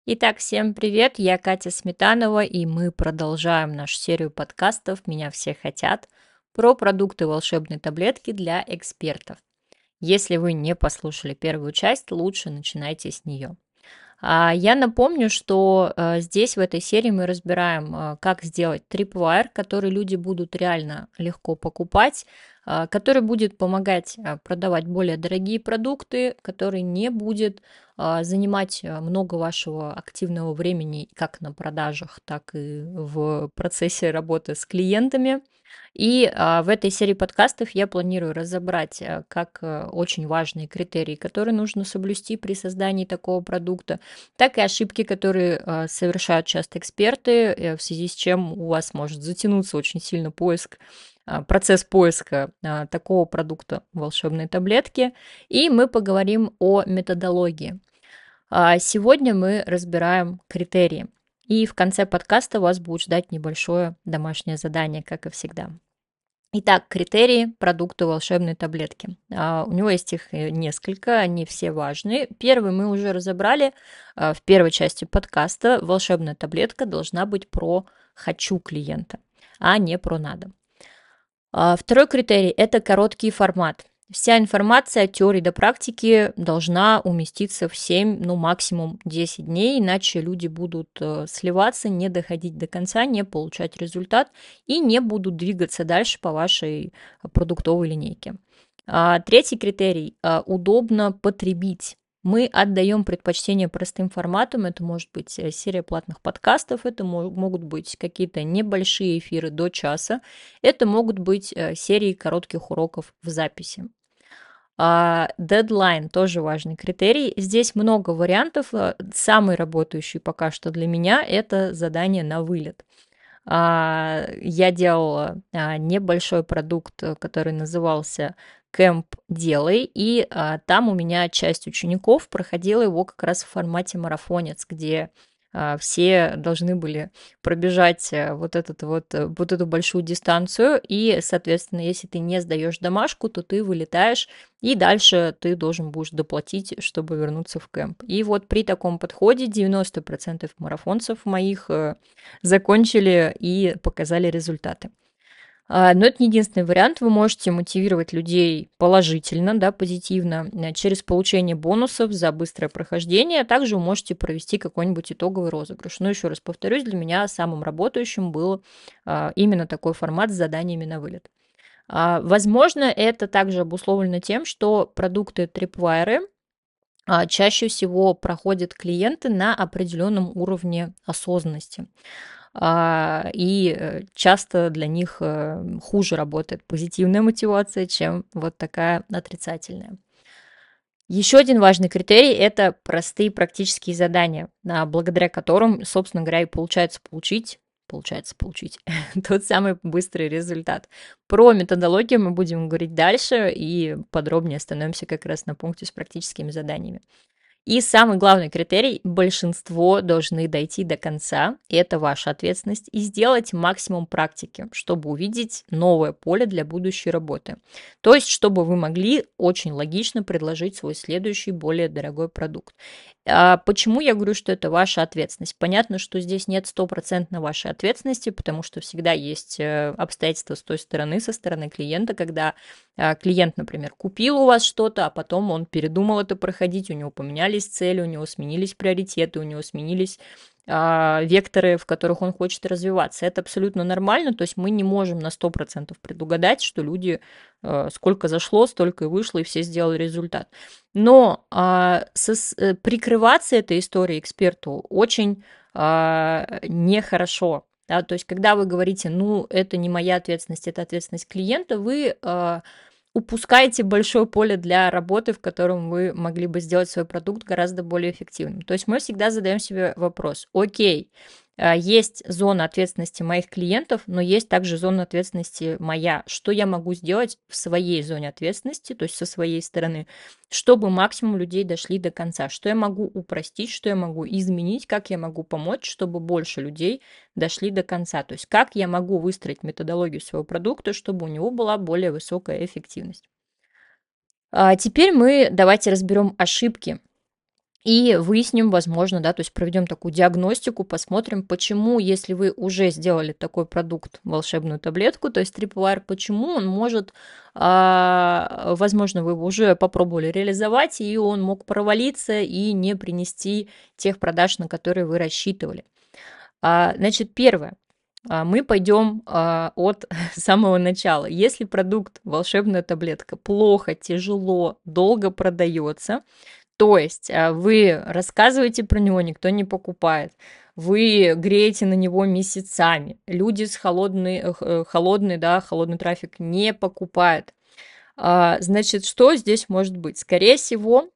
Итак, всем привет, я Катя Сметанова, и мы продолжаем нашу серию подкастов «Меня все хотят» про продукты волшебной таблетки для экспертов. Если вы не послушали первую часть, лучше начинайте с нее. Я напомню, что здесь в этой серии мы разбираем, как сделать tripwire, который люди будут реально легко покупать, который будет помогать продавать более дорогие продукты, который не будет занимать много вашего активного времени как на продажах, так и в процессе работы с клиентами. И в этой серии подкастов я планирую разобрать как очень важные критерии, которые нужно соблюсти при создании такого продукта, так и ошибки, которые совершают часто эксперты, в связи с чем у вас может затянуться очень сильно процесс поиска такого продукта волшебной таблетки. И мы поговорим о методологии. Сегодня мы разбираем критерии. И в конце подкаста вас будет ждать небольшое домашнее задание, как и всегда. Итак, критерии продукта волшебной таблетки. У него есть их несколько, они все важные. Первый мы уже разобрали в первой части подкаста. Волшебная таблетка должна быть про «хочу клиента», а не про «надо». Второй критерий – это короткий формат. Вся информация от теории до практики должна уместиться в 7, ну максимум 10 дней, иначе люди будут сливаться, не доходить до конца, не получать результат и не будут двигаться дальше по вашей продуктовой линейке. Третий критерий – удобно потребить. Мы отдаем предпочтение простым форматам. Это может быть серия платных подкастов, это могут быть какие-то небольшие эфиры до часа, это могут быть серии коротких уроков в записи. Дедлайн тоже важный критерий. Здесь много вариантов. Самый работающий пока что для меня – это задание на вылет. Я делала небольшой продукт, который назывался «Кэмп Делай», и там у меня часть учеников проходила его как раз в формате марафонец, где все должны были пробежать вот эту большую дистанцию, и, соответственно, если ты не сдаешь домашку, то ты вылетаешь, и дальше ты должен будешь доплатить, чтобы вернуться в кэмп. И вот при таком подходе 90% марафонцев моих закончили и показали результаты. Но это не единственный вариант. Вы можете мотивировать людей положительно, да, позитивно, через получение бонусов за быстрое прохождение. Также вы можете провести какой-нибудь итоговый розыгрыш. Но еще раз повторюсь, для меня самым работающим был именно такой формат с заданиями на вылет. Возможно, это также обусловлено тем, что продукты Tripwire чаще всего проходят клиенты на определенном уровне осознанности. И часто для них хуже работает позитивная мотивация, чем вот такая отрицательная. Еще один важный критерий – это простые практические задания, благодаря которым, собственно говоря, и получается получить тот самый быстрый результат. Про методологию мы будем говорить дальше и подробнее остановимся как раз на пункте с практическими заданиями. И самый главный критерий – большинство должны дойти до конца, и это ваша ответственность, и сделать максимум практики, чтобы увидеть новое поле для будущей работы. То есть, чтобы вы могли очень логично предложить свой следующий, более дорогой продукт. Почему я говорю, что это ваша ответственность? Понятно, что здесь нет стопроцентной вашей ответственности, потому что всегда есть обстоятельства с той стороны, со стороны клиента, когда клиент, например, купил у вас что-то, а потом он передумал это проходить, у него поменялись цели, у него сменились приоритеты, у него сменились векторы, в которых он хочет развиваться. Это абсолютно нормально, то есть мы не можем на 100% предугадать, что люди сколько зашло, столько и вышло, и все сделали результат. Но прикрываться этой историей эксперту очень нехорошо. Да? То есть, когда вы говорите, ну, это не моя ответственность, это ответственность клиента, вы упускаете большое поле для работы, в котором вы могли бы сделать свой продукт гораздо более эффективным. То есть мы всегда задаем себе вопрос, окей, есть зона ответственности моих клиентов, но есть также зона ответственности моя. Что я могу сделать в своей зоне ответственности, то есть со своей стороны, чтобы максимум людей дошли до конца? Что я могу упростить, что я могу изменить, как я могу помочь, чтобы больше людей дошли до конца? То есть как я могу выстроить методологию своего продукта, чтобы у него была более высокая эффективность? Теперь мы давайте разберем ошибки и выясним, возможно, да, то есть проведем такую диагностику, посмотрим, почему, если вы уже сделали такой продукт, волшебную таблетку, то есть Tripwire, почему он может, возможно, вы его уже попробовали реализовать, и он мог провалиться и не принести тех продаж, на которые вы рассчитывали. Значит, первое. Мы пойдем от самого начала. Если продукт, волшебная таблетка, плохо, тяжело, долго продается, то есть вы рассказываете про него, никто не покупает, вы греете на него месяцами, люди с холодный трафик не покупают. Значит, что здесь может быть? Скорее всего,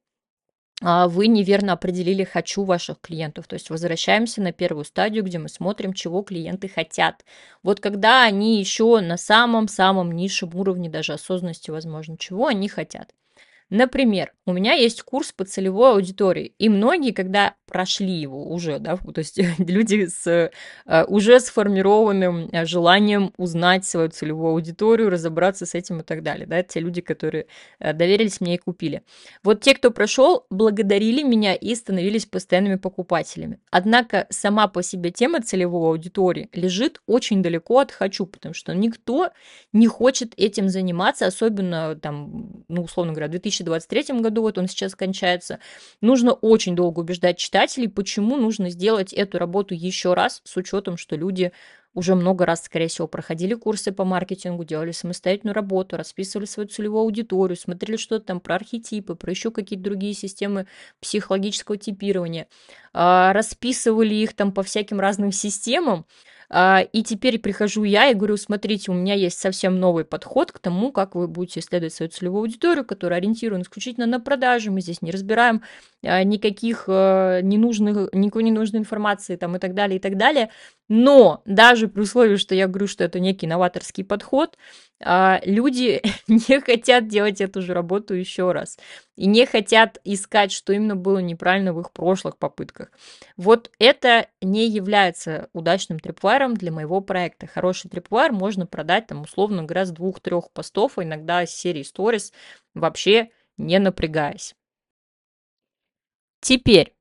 вы неверно определили «хочу» ваших клиентов. То есть возвращаемся на первую стадию, где мы смотрим, чего клиенты хотят. Вот когда они еще на самом-самом низшем уровне даже осознанности, возможно, чего они хотят. Например, у меня есть курс по целевой аудитории, и многие, когда прошли его уже, да, то есть люди с уже сформированным желанием узнать свою целевую аудиторию, разобраться с этим и так далее, да, те люди, которые доверились мне и купили. Вот те, кто прошел, благодарили меня и становились постоянными покупателями. Однако сама по себе тема целевой аудитории лежит очень далеко от «хочу», потому что никто не хочет этим заниматься, особенно там, ну, условно говоря, в 2023 году, вот он сейчас кончается, нужно очень долго убеждать читателей, почему нужно сделать эту работу еще раз, с учетом, что люди уже много раз, скорее всего, проходили курсы по маркетингу, делали самостоятельную работу, расписывали свою целевую аудиторию, смотрели что-то там про архетипы, про еще какие-то другие системы психологического типирования, расписывали их там по всяким разным системам, и теперь прихожу я и говорю, смотрите, у меня есть совсем новый подход к тому, как вы будете исследовать свою целевую аудиторию, которая ориентирована исключительно на продажи, мы здесь не разбираем никакой ненужной информации там и так далее, и так далее. Но даже при условии, что я говорю, что это некий новаторский подход, люди не хотят делать эту же работу еще раз. И не хотят искать, что именно было неправильно в их прошлых попытках. Вот это не является удачным трипвайром для моего проекта. Хороший трипвайр можно продать, там, условно говоря, с 2-3 постов, а иногда с серии сторис, вообще не напрягаясь. Теперь,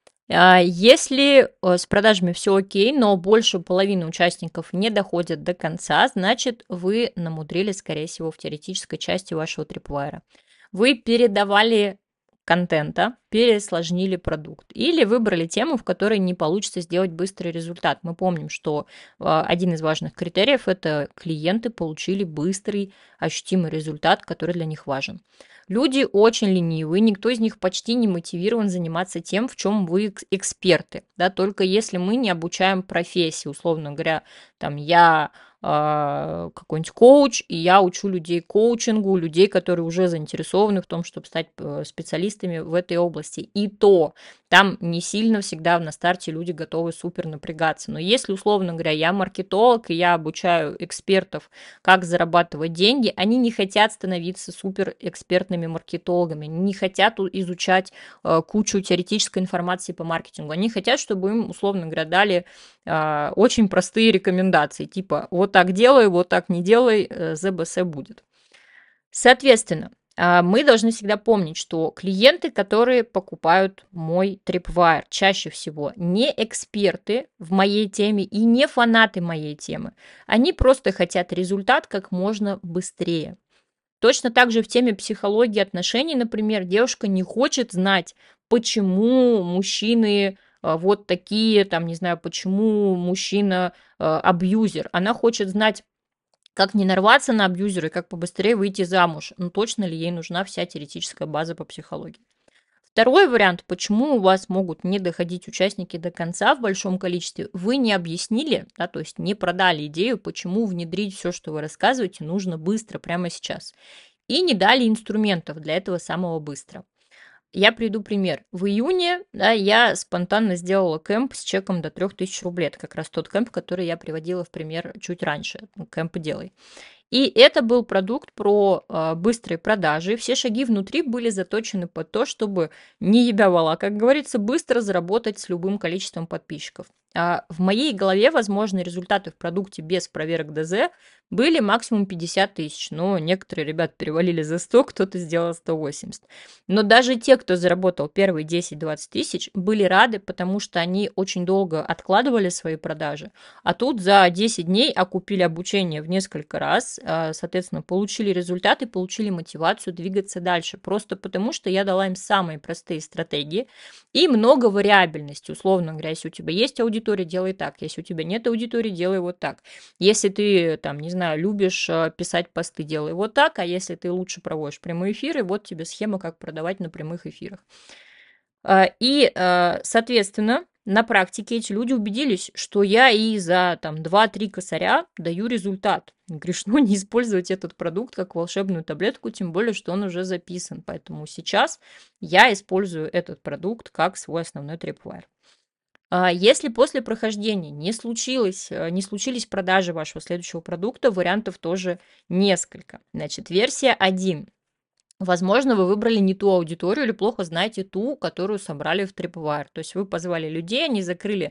если с продажами все окей, но больше половины участников не доходят до конца, значит, вы намудрили, скорее всего, в теоретической части вашего трипвайра. Вы передавали контента, пересложнили продукт или выбрали тему, в которой не получится сделать быстрый результат. Мы помним, что один из важных критериев – это клиенты получили быстрый, ощутимый результат, который для них важен. Люди очень ленивые, никто из них почти не мотивирован заниматься тем, в чем вы эксперты, да, только если мы не обучаем профессии, условно говоря, там я какой-нибудь коуч, и я учу людей коучингу, людей, которые уже заинтересованы в том, чтобы стать специалистами в этой области. И то там не сильно всегда на старте люди готовы супер напрягаться. Но если, условно говоря, я маркетолог, и я обучаю экспертов, как зарабатывать деньги, они не хотят становиться супер экспертными маркетологами, они не хотят изучать кучу теоретической информации по маркетингу. Они хотят, чтобы им, условно говоря, дали очень простые рекомендации, типа вот так делай, вот так не делай, ЗБС будет. Соответственно, мы должны всегда помнить, что клиенты, которые покупают мой Tripwire, чаще всего не эксперты в моей теме и не фанаты моей темы. Они просто хотят результат как можно быстрее. Точно так же в теме психологии отношений, например, девушка не хочет знать, почему мужчины вот такие, там, не знаю, почему мужчина абьюзер. Она хочет знать, как не нарваться на абьюзера и как побыстрее выйти замуж. Ну, точно ли ей нужна вся теоретическая база по психологии. Второй вариант, почему у вас могут не доходить участники до конца в большом количестве, вы не объяснили, да, то есть не продали идею, почему внедрить все, что вы рассказываете, нужно быстро, прямо сейчас. И не дали инструментов для этого самого быстро. Я приведу пример. В июне, да, я спонтанно сделала кэмп с чеком до 3000 рублей. Это как раз тот кэмп, который я приводила в пример чуть раньше. Кэмп «Делай». И это был продукт про быстрые продажи. Все шаги внутри были заточены под то, чтобы не ебя вала, как говорится, быстро заработать с любым количеством подписчиков. В моей голове возможные результаты в продукте без проверок ДЗ были максимум 50 тысяч, но некоторые ребят перевалили за 100, кто-то сделал 180. Но даже те, кто заработал первые 10-20 тысяч, были рады, потому что они очень долго откладывали свои продажи, а тут за 10 дней окупили обучение в несколько раз, соответственно, получили результаты, получили мотивацию двигаться дальше, просто потому что я дала им самые простые стратегии и много вариабельности, условно говоря, если у тебя есть аудитория, делай так, если у тебя нет аудитории, делай вот так. Если ты, там, не знаю, любишь писать посты, делай вот так, а если ты лучше проводишь прямые эфиры, вот тебе схема, как продавать на прямых эфирах. Соответственно, на практике эти люди убедились, что я и за там 2-3 косаря даю результат. Грешно не использовать этот продукт как волшебную таблетку, тем более, что он уже записан. Поэтому сейчас я использую этот продукт как свой основной трипвайр. Если после прохождения не случились продажи вашего следующего продукта, вариантов тоже несколько. Значит, версия 1. Возможно, вы выбрали не ту аудиторию или плохо знаете ту, которую собрали в Tripwire. То есть вы позвали людей, они закрыли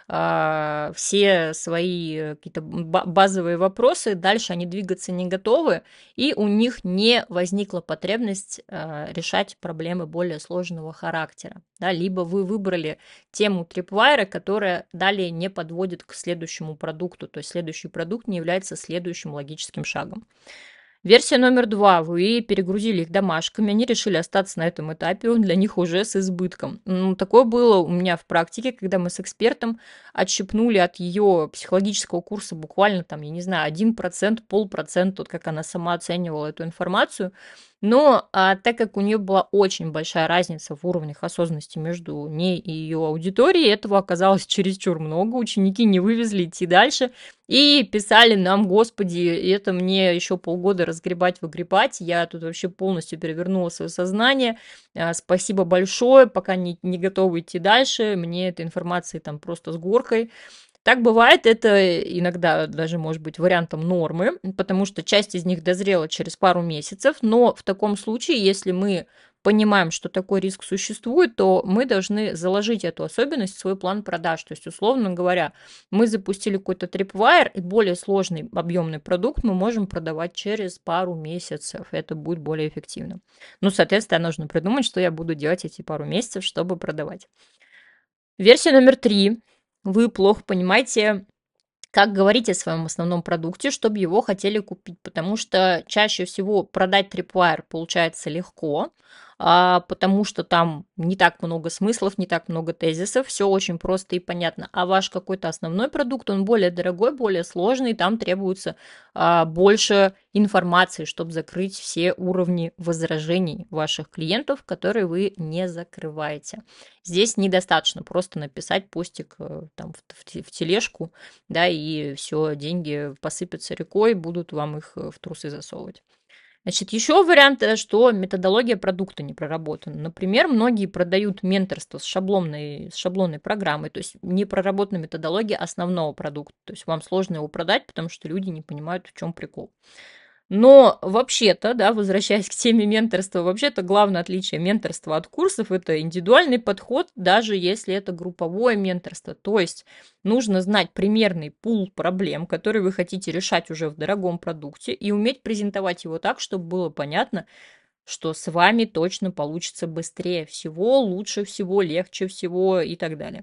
все свои какие-то базовые вопросы, дальше они двигаться не готовы, и у них не возникла потребность решать проблемы более сложного характера. Да? Либо вы выбрали тему Tripwire, которая далее не подводит к следующему продукту, то есть следующий продукт не является следующим логическим шагом. Версия номер 2. Вы перегрузили их домашками, они решили остаться на этом этапе, он для них уже с избытком. Такое было у меня в практике, когда мы с экспертом отщипнули от ее психологического курса буквально, там, я не знаю, 1%, 0,5%, вот как она сама оценивала эту информацию. Но так как у нее была очень большая разница в уровнях осознанности между ней и ее аудиторией, этого оказалось чересчур много, ученики не вывезли идти дальше и писали нам: господи, это мне еще полгода разгребать, выгребать, я тут вообще полностью перевернула свое сознание, спасибо большое, пока не готова идти дальше, мне этой информации там просто с горкой. Так бывает, это иногда даже может быть вариантом нормы, потому что часть из них дозрела через пару месяцев, но в таком случае, если мы понимаем, что такой риск существует, то мы должны заложить эту особенность в свой план продаж. То есть, условно говоря, мы запустили какой-то Tripwire, и более сложный объемный продукт мы можем продавать через пару месяцев. Это будет более эффективно. Ну, соответственно, нужно придумать, что я буду делать эти пару месяцев, чтобы продавать. Версия номер 3. Вы плохо понимаете, как говорить о своем основном продукте, чтобы его хотели купить, потому что чаще всего продать Tripwire получается легко, потому что там не так много смыслов, не так много тезисов, все очень просто и понятно. А ваш какой-то основной продукт, он более дорогой, более сложный, там требуется больше информации, чтобы закрыть все уровни возражений ваших клиентов, которые вы не закрываете. Здесь недостаточно просто написать постик там, в тележку, да, и все, деньги посыпятся рекой, будут вам их в трусы засовывать. Значит, еще вариант, что методология продукта не проработана. Например, многие продают менторство с шаблонной программой, то есть не проработана методология основного продукта. То есть вам сложно его продать, потому что люди не понимают, в чем прикол. Но вообще-то, да, возвращаясь к теме менторства, вообще-то главное отличие менторства от курсов – это индивидуальный подход, даже если это групповое менторство. То есть нужно знать примерный пул проблем, которые вы хотите решать уже в дорогом продукте, и уметь презентовать его так, чтобы было понятно, что с вами точно получится быстрее всего, лучше всего, легче всего и так далее.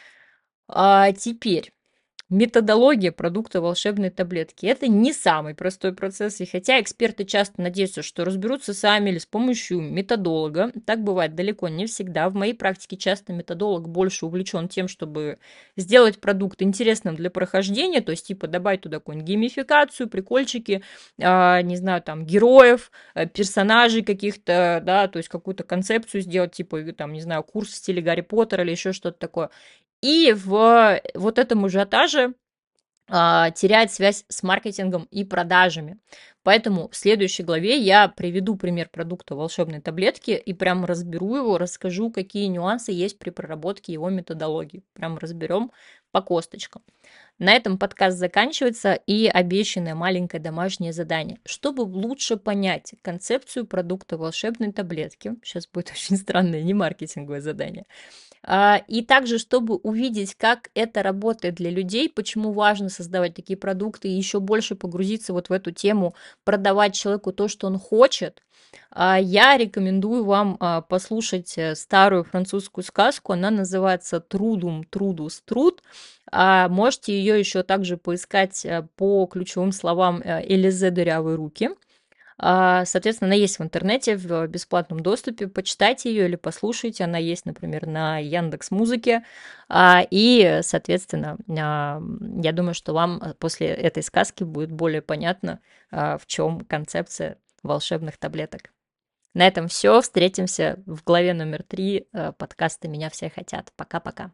Теперь методология продукта волшебной таблетки – это не самый простой процесс, и хотя эксперты часто надеются, что разберутся сами или с помощью методолога, так бывает далеко не всегда. В моей практике часто методолог больше увлечен тем, чтобы сделать продукт интересным для прохождения, то есть типа добавить туда какую-нибудь геймификацию, прикольчики, не знаю, там, героев, персонажей каких-то, да, то есть какую-то концепцию сделать, типа, там, не знаю, курс в стиле Гарри Поттера или еще что-то такое. И в вот этом ажиотаже теряет связь с маркетингом и продажами. Поэтому в следующей главе я приведу пример продукта волшебной таблетки и прям разберу его, расскажу, какие нюансы есть при проработке его методологии. Прям разберем по косточкам. На этом подкаст заканчивается и обещанное маленькое домашнее задание. Чтобы лучше понять концепцию продукта волшебной таблетки, сейчас будет очень странное, не маркетинговое задание, и также, чтобы увидеть, как это работает для людей, почему важно создавать такие продукты и еще больше погрузиться вот в эту тему, продавать человеку то, что он хочет, я рекомендую вам послушать старую французскую сказку. Она называется «Трудум трудус труд». Можете ее еще также поискать по ключевым словам «Элизе дырявые руки». Соответственно, она есть в интернете в бесплатном доступе. Почитайте ее или послушайте. Она есть, например, на Яндекс.Музыке. И, соответственно, я думаю, что вам после этой сказки будет более понятно, в чем концепция волшебных таблеток. На этом все. Встретимся в главе номер 3 подкаста «Меня все хотят». Пока-пока.